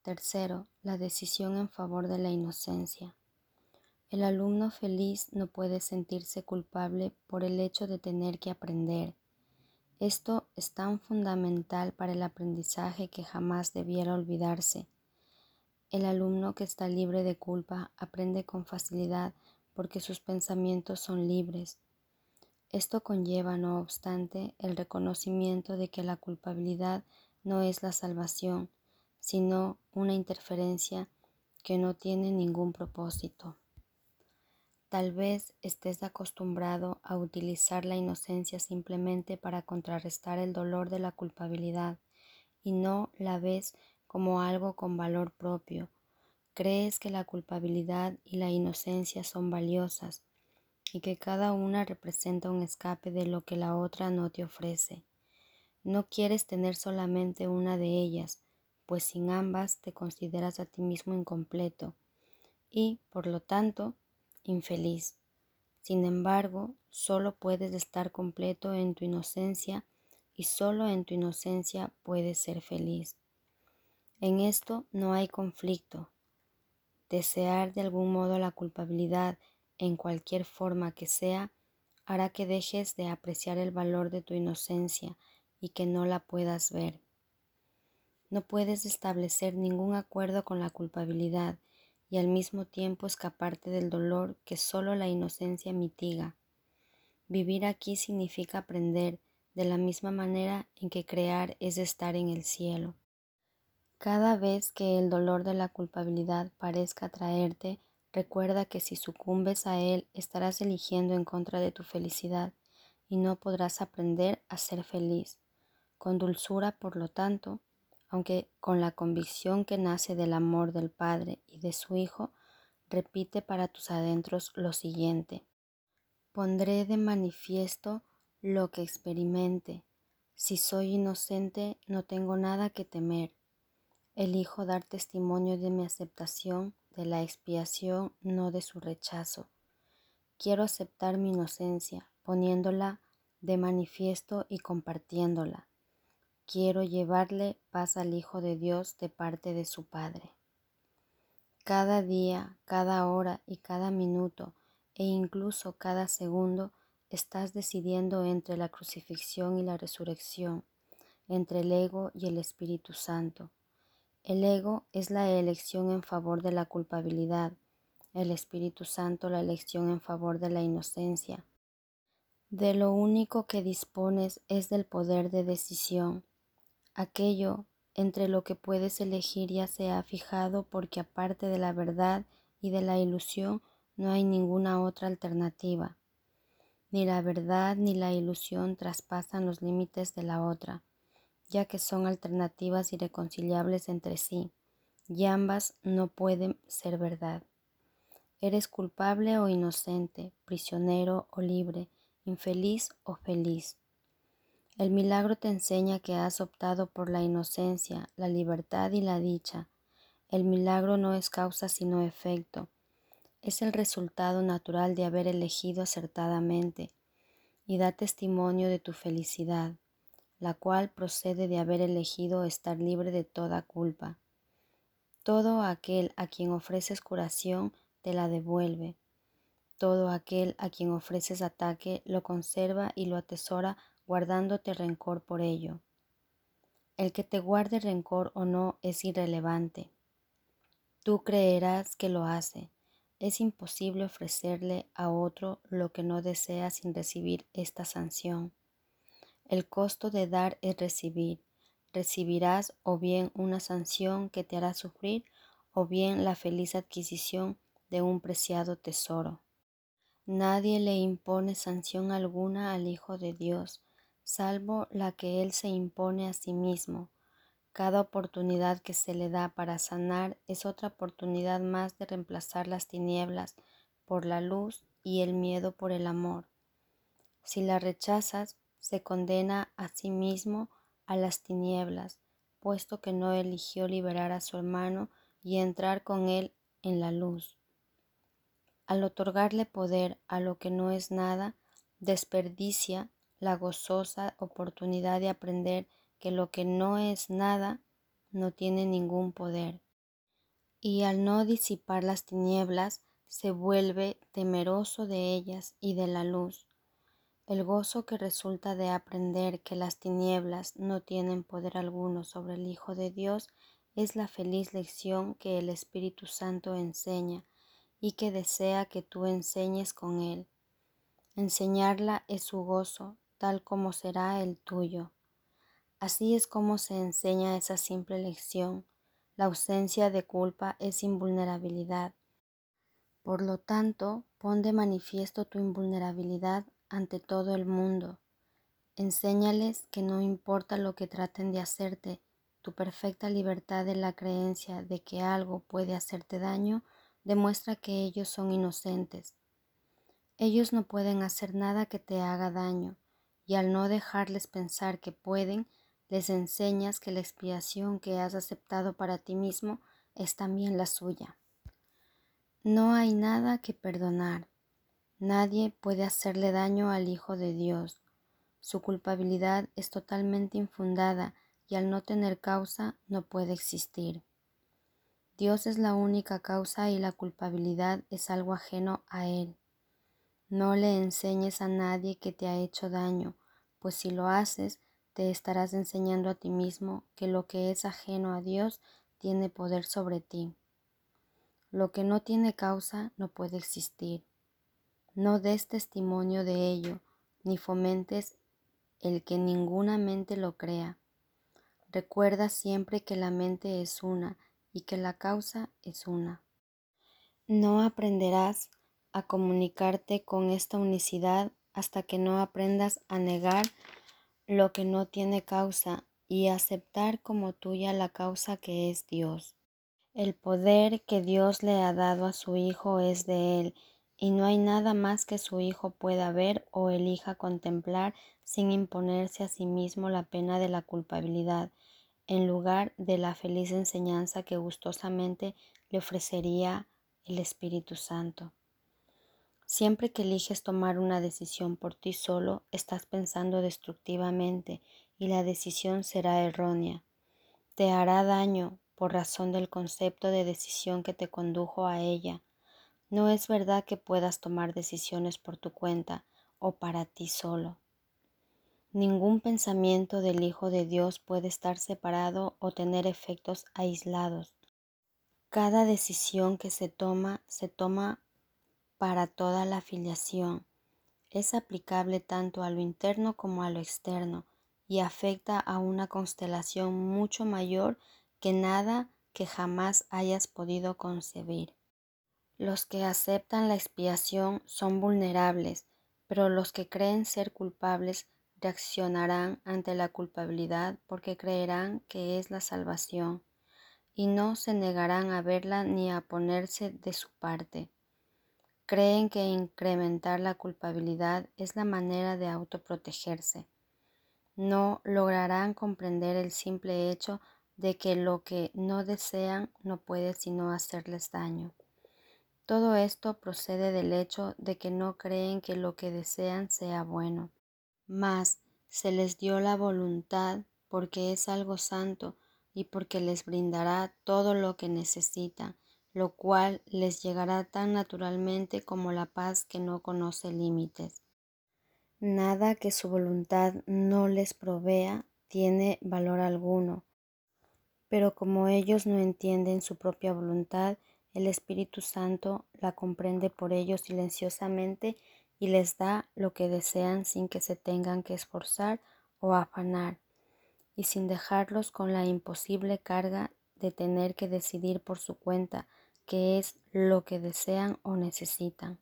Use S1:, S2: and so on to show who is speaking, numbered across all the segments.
S1: Tercero, la decisión en favor de la inocencia. El alumno feliz no puede sentirse culpable por el hecho de tener que aprender. Esto es tan fundamental para el aprendizaje que jamás debiera olvidarse. El alumno que está libre de culpa aprende con facilidad porque sus pensamientos son libres. Esto conlleva, no obstante, el reconocimiento de que la culpabilidad no es la salvación, sino una interferencia que no tiene ningún propósito. Tal vez estés acostumbrado a utilizar la inocencia simplemente para contrarrestar el dolor de la culpabilidad y no la ves como algo con valor propio. Crees que la culpabilidad y la inocencia son valiosas y que cada una representa un escape de lo que la otra no te ofrece. No quieres tener solamente una de ellas, pues sin ambas te consideras a ti mismo incompleto y, por lo tanto, infeliz. Sin embargo, solo puedes estar completo en tu inocencia y solo en tu inocencia puedes ser feliz. En esto no hay conflicto. Desear de algún modo la culpabilidad en cualquier forma que sea hará que dejes de apreciar el valor de tu inocencia y que no la puedas ver. No puedes establecer ningún acuerdo con la culpabilidad y al mismo tiempo escaparte del dolor que solo la inocencia mitiga. Vivir aquí significa aprender de la misma manera en que crear es estar en el cielo. Cada vez que el dolor de la culpabilidad parezca atraerte, recuerda que si sucumbes a él estarás eligiendo en contra de tu felicidad y no podrás aprender a ser feliz. Con dulzura, por lo tanto, aunque con la convicción que nace del amor del Padre y de su Hijo, repite para tus adentros lo siguiente: pondré de manifiesto lo que experimente. Si soy inocente, no tengo nada que temer. Elijo dar testimonio de mi aceptación, de la expiación, no de su rechazo. Quiero aceptar mi inocencia, poniéndola de manifiesto y compartiéndola. Quiero llevarle paz al Hijo de Dios de parte de su Padre. Cada día, cada hora y cada minuto, e incluso cada segundo, estás decidiendo entre la crucifixión y la resurrección, entre el ego y el Espíritu Santo. El ego es la elección en favor de la culpabilidad, el Espíritu Santo la elección en favor de la inocencia. De lo único que dispones es del poder de decisión. Aquello entre lo que puedes elegir ya se ha fijado porque aparte de la verdad y de la ilusión no hay ninguna otra alternativa. Ni la verdad ni la ilusión traspasan los límites de la otra, ya que son alternativas irreconciliables entre sí, y ambas no pueden ser verdad. Eres culpable o inocente, prisionero o libre, infeliz o feliz. El milagro te enseña que has optado por la inocencia, la libertad y la dicha. El milagro no es causa sino efecto. Es el resultado natural de haber elegido acertadamente y da testimonio de tu felicidad, la cual procede de haber elegido estar libre de toda culpa. Todo aquel a quien ofreces curación te la devuelve. Todo aquel a quien ofreces ataque lo conserva y lo atesora guardándote rencor por ello. El que te guarde rencor o no es irrelevante. Tú creerás que lo hace. Es imposible ofrecerle a otro lo que no desea sin recibir esta sanción. El costo de dar es recibir. Recibirás o bien una sanción que te hará sufrir o bien la feliz adquisición de un preciado tesoro. Nadie le impone sanción alguna al Hijo de Dios, salvo la que Él se impone a sí mismo. Cada oportunidad que se le da para sanar es otra oportunidad más de reemplazar las tinieblas por la luz y el miedo por el amor. Si la rechazas, se condena a sí mismo a las tinieblas, puesto que no eligió liberar a su hermano y entrar con él en la luz. Al otorgarle poder a lo que no es nada, desperdicia la gozosa oportunidad de aprender que lo que no es nada no tiene ningún poder. y al no disipar las tinieblas, se vuelve temeroso de ellas y de la luz. El gozo que resulta de aprender que las tinieblas no tienen poder alguno sobre el Hijo de Dios es la feliz lección que el Espíritu Santo enseña y que desea que tú enseñes con él. Enseñarla es su gozo, tal como será el tuyo. Así es como se enseña esa simple lección. La ausencia de culpa es invulnerabilidad. Por lo tanto, pon de manifiesto tu invulnerabilidad ante todo el mundo. Enséñales que no importa lo que traten de hacerte, tu perfecta libertad de la creencia de que algo puede hacerte daño demuestra que ellos son inocentes. Ellos no pueden hacer nada que te haga daño, y al no dejarles pensar que pueden, les enseñas que la expiación que has aceptado para ti mismo es también la suya. No hay nada que perdonar. Nadie puede hacerle daño al Hijo de Dios. Su culpabilidad es totalmente infundada y al no tener causa no puede existir. Dios es la única causa y la culpabilidad es algo ajeno a Él. No le enseñes a nadie que te ha hecho daño, pues si lo haces, te estarás enseñando a ti mismo que lo que es ajeno a Dios tiene poder sobre ti. Lo que no tiene causa no puede existir. No des testimonio de ello, ni fomentes el que ninguna mente lo crea. Recuerda siempre que la mente es una y que la causa es una. No aprenderás a comunicarte con esta unicidad hasta que no aprendas a negar lo que no tiene causa y aceptar como tuya la causa que es Dios. El poder que Dios le ha dado a su Hijo es de Él, y no hay nada más que su Hijo pueda ver o elija contemplar sin imponerse a sí mismo la pena de la culpabilidad, en lugar de la feliz enseñanza que gustosamente le ofrecería el Espíritu Santo. Siempre que eliges tomar una decisión por ti solo, estás pensando destructivamente y la decisión será errónea. Te hará daño por razón del concepto de decisión que te condujo a ella. No es verdad que puedas tomar decisiones por tu cuenta o para ti solo. Ningún pensamiento del Hijo de Dios puede estar separado o tener efectos aislados. Cada decisión que se toma para toda la filiación. Es aplicable tanto a lo interno como a lo externo y afecta a una constelación mucho mayor que nada que jamás hayas podido concebir. Los que aceptan la expiación son vulnerables, pero los que creen ser culpables reaccionarán ante la culpabilidad porque creerán que es la salvación y no se negarán a verla ni a ponerse de su parte. Creen que incrementar la culpabilidad es la manera de autoprotegerse. No lograrán comprender el simple hecho de que lo que no desean no puede sino hacerles daño. Todo esto procede del hecho de que no creen que lo que desean sea bueno. Mas se les dio la voluntad porque es algo santo y porque les brindará todo lo que necesitan, lo cual les llegará tan naturalmente como la paz que no conoce límites. Nada que su voluntad no les provea tiene valor alguno, pero como ellos no entienden su propia voluntad, el Espíritu Santo la comprende por ellos silenciosamente y les da lo que desean sin que se tengan que esforzar o afanar, y sin dejarlos con la imposible carga de tener que decidir por su cuenta qué es lo que desean o necesitan.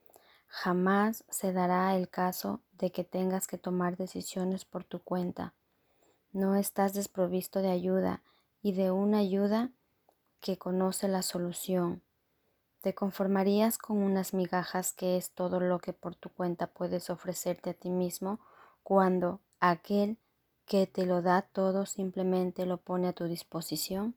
S1: Jamás se dará el caso de que tengas que tomar decisiones por tu cuenta. No estás desprovisto de ayuda y de una ayuda que conoce la solución. ¿Te conformarías con unas migajas que es todo lo que por tu cuenta puedes ofrecerte a ti mismo cuando aquel que te lo da todo simplemente lo pone a tu disposición?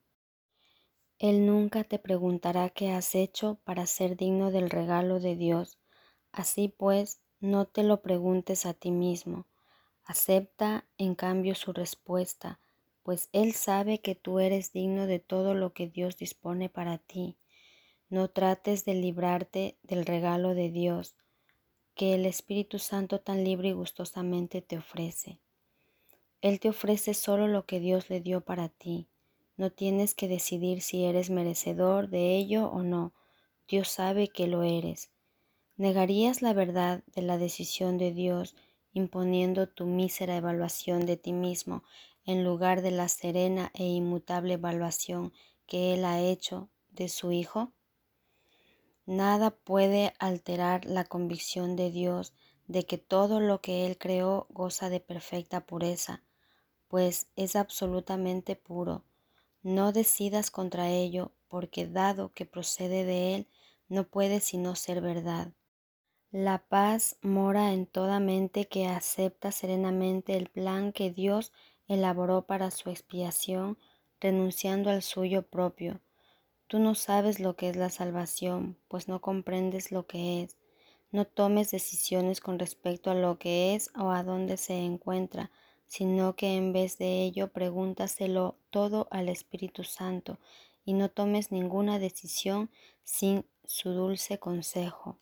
S1: Él nunca te preguntará qué has hecho para ser digno del regalo de Dios. Así pues, no te lo preguntes a ti mismo. Acepta en cambio su respuesta, pues Él sabe que tú eres digno de todo lo que Dios dispone para ti. No trates de librarte del regalo de Dios, que el Espíritu Santo tan libre y gustosamente te ofrece. Él te ofrece solo lo que Dios le dio para ti. No tienes que decidir si eres merecedor de ello o no. Dios sabe que lo eres. ¿Negarías la verdad de la decisión de Dios imponiendo tu mísera evaluación de ti mismo en lugar de la serena e inmutable evaluación que Él ha hecho de su Hijo? Nada puede alterar la convicción de Dios de que todo lo que Él creó goza de perfecta pureza, pues es absolutamente puro. No decidas contra ello, porque dado que procede de Él, no puede sino ser verdad. La paz mora en toda mente que acepta serenamente el plan que Dios elaboró para su expiación, renunciando al suyo propio. Tú no sabes lo que es la salvación, pues no comprendes lo que es. No tomes decisiones con respecto a lo que es o a dónde se encuentra, sino que en vez de ello pregúntaselo todo al Espíritu Santo y no tomes ninguna decisión sin su dulce consejo.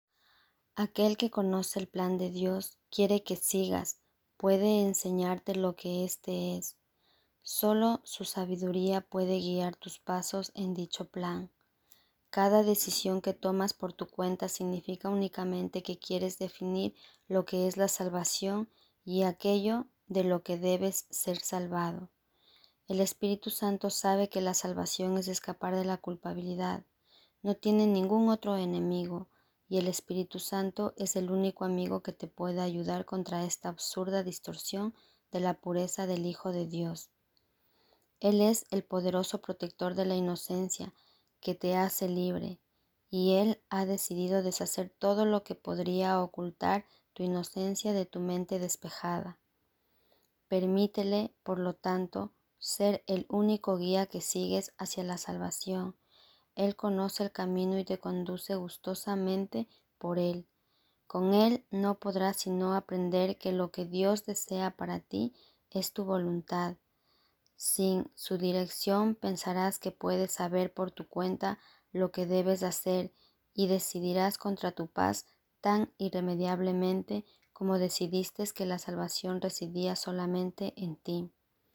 S1: Aquel que conoce el plan de Dios quiere que sigas, puede enseñarte lo que éste es. Solo su sabiduría puede guiar tus pasos en dicho plan. Cada decisión que tomas por tu cuenta significa únicamente que quieres definir lo que es la salvación y aquello de lo que debes ser salvado. El Espíritu Santo sabe que la salvación es escapar de la culpabilidad. No tiene ningún otro enemigo, y el Espíritu Santo es el único amigo que te puede ayudar contra esta absurda distorsión de la pureza del Hijo de Dios. Él es el poderoso protector de la inocencia que te hace libre, y Él ha decidido deshacer todo lo que podría ocultar tu inocencia de tu mente despejada. Permítele, por lo tanto, ser el único guía que sigues hacia la salvación. Él conoce el camino y te conduce gustosamente por él. Con él no podrás sino aprender que lo que Dios desea para ti es tu voluntad. Sin su dirección pensarás que puedes saber por tu cuenta lo que debes hacer y decidirás contra tu paz tan irremediablemente como decidiste que la salvación residía solamente en ti.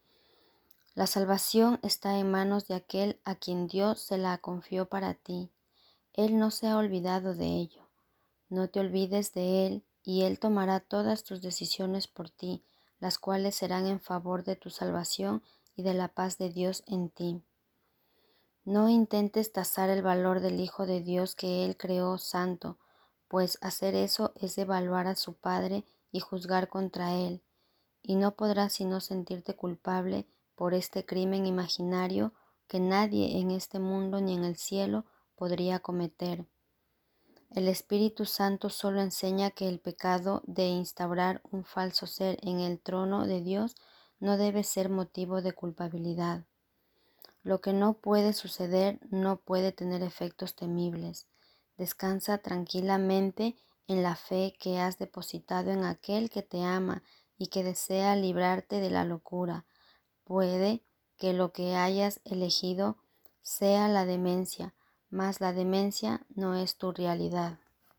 S1: La salvación está en manos de aquel a quien Dios se la confió para ti. Él no se ha olvidado de ello. No te olvides de Él y Él tomará todas tus decisiones por ti, las cuales serán en favor de tu salvación y de la paz de Dios en ti. No intentes tasar el valor del Hijo de Dios que Él creó santo, pues hacer eso es evaluar a su Padre y juzgar contra Él, y no podrás sino sentirte culpable por este crimen imaginario que nadie en este mundo ni en el cielo podría cometer. El Espíritu Santo solo enseña que el pecado de instaurar un falso ser en el trono de Dios no debe ser motivo de culpabilidad. Lo que no puede suceder no puede tener efectos temibles. Descansa tranquilamente en la fe que has depositado en aquel que te ama y que desea librarte de la locura. Puede que lo que hayas elegido sea la demencia, mas la demencia no es tu realidad.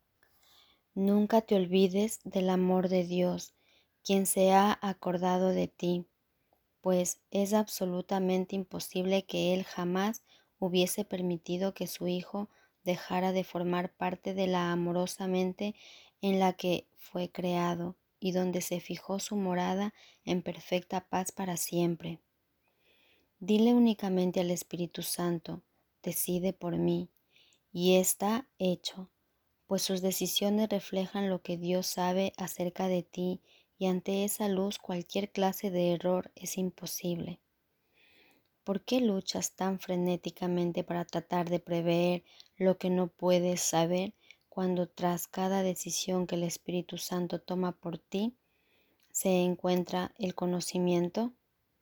S1: Nunca te olvides del amor de Dios, quien se ha acordado de ti, pues es absolutamente imposible que Él jamás hubiese permitido que su Hijo dejara de formar parte de la amorosa mente en la que fue creado y donde se fijó su morada en perfecta paz para siempre. Dile únicamente al Espíritu Santo, decide por mí, y está hecho, pues sus decisiones reflejan lo que Dios sabe acerca de ti y ante esa luz cualquier clase de error es imposible. ¿Por qué luchas tan frenéticamente para tratar de prever lo que no puedes saber cuando tras cada decisión que el Espíritu Santo toma por ti se encuentra el conocimiento?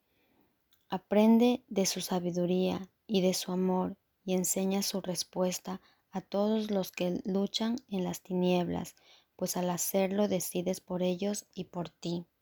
S1: Aprende de su sabiduría y de su amor y enseña su respuesta a todos los que luchan en las tinieblas, pues al hacerlo decides por ellos y por ti.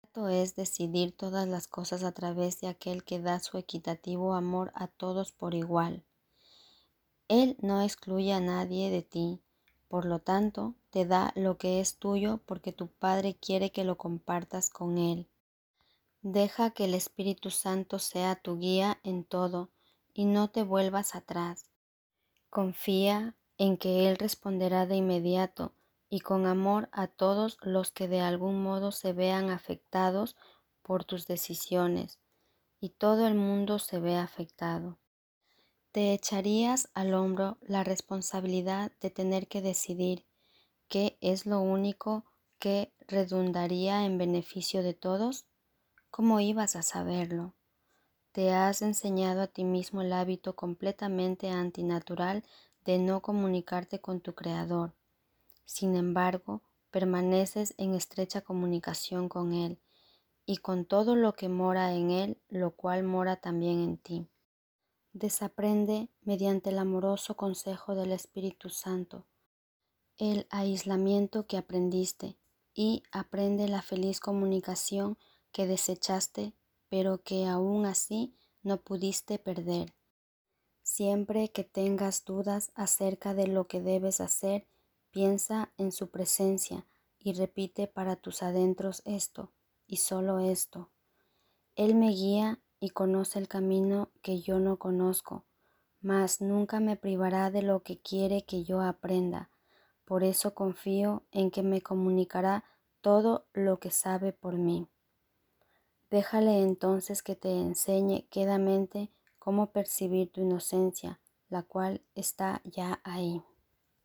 S1: Esto es decidir todas las cosas a través de aquel que da su equitativo amor a todos por igual. Él no excluye a nadie de ti, por lo tanto, te da lo que es tuyo porque tu Padre quiere que lo compartas con Él. Deja que el Espíritu Santo sea tu guía en todo y no te vuelvas atrás. Confía en que Él responderá de inmediato y con amor a todos los que de algún modo se vean afectados por tus decisiones, y todo el mundo se ve afectado. ¿Te echarías al hombro la responsabilidad de tener que decidir qué es lo único que redundaría en beneficio de todos? ¿Cómo ibas a saberlo? Te has enseñado a ti mismo el hábito completamente antinatural de no comunicarte con tu Creador. Sin embargo, permaneces en estrecha comunicación con Él y con todo lo que mora en Él, lo cual mora también en ti. Desaprende, mediante el amoroso consejo del Espíritu Santo, el aislamiento que aprendiste y aprende la feliz comunicación que desechaste, pero que aún así no pudiste perder. Siempre que tengas dudas acerca de lo que debes hacer, piensa en su presencia y repite para tus adentros esto, y solo esto. Él me guía y conoce el camino que yo no conozco, mas nunca me privará de lo que quiere que yo aprenda. Por eso confío en que me comunicará todo lo que sabe por mí. Déjale entonces que te enseñe quedamente cómo percibir tu inocencia, la cual está ya ahí.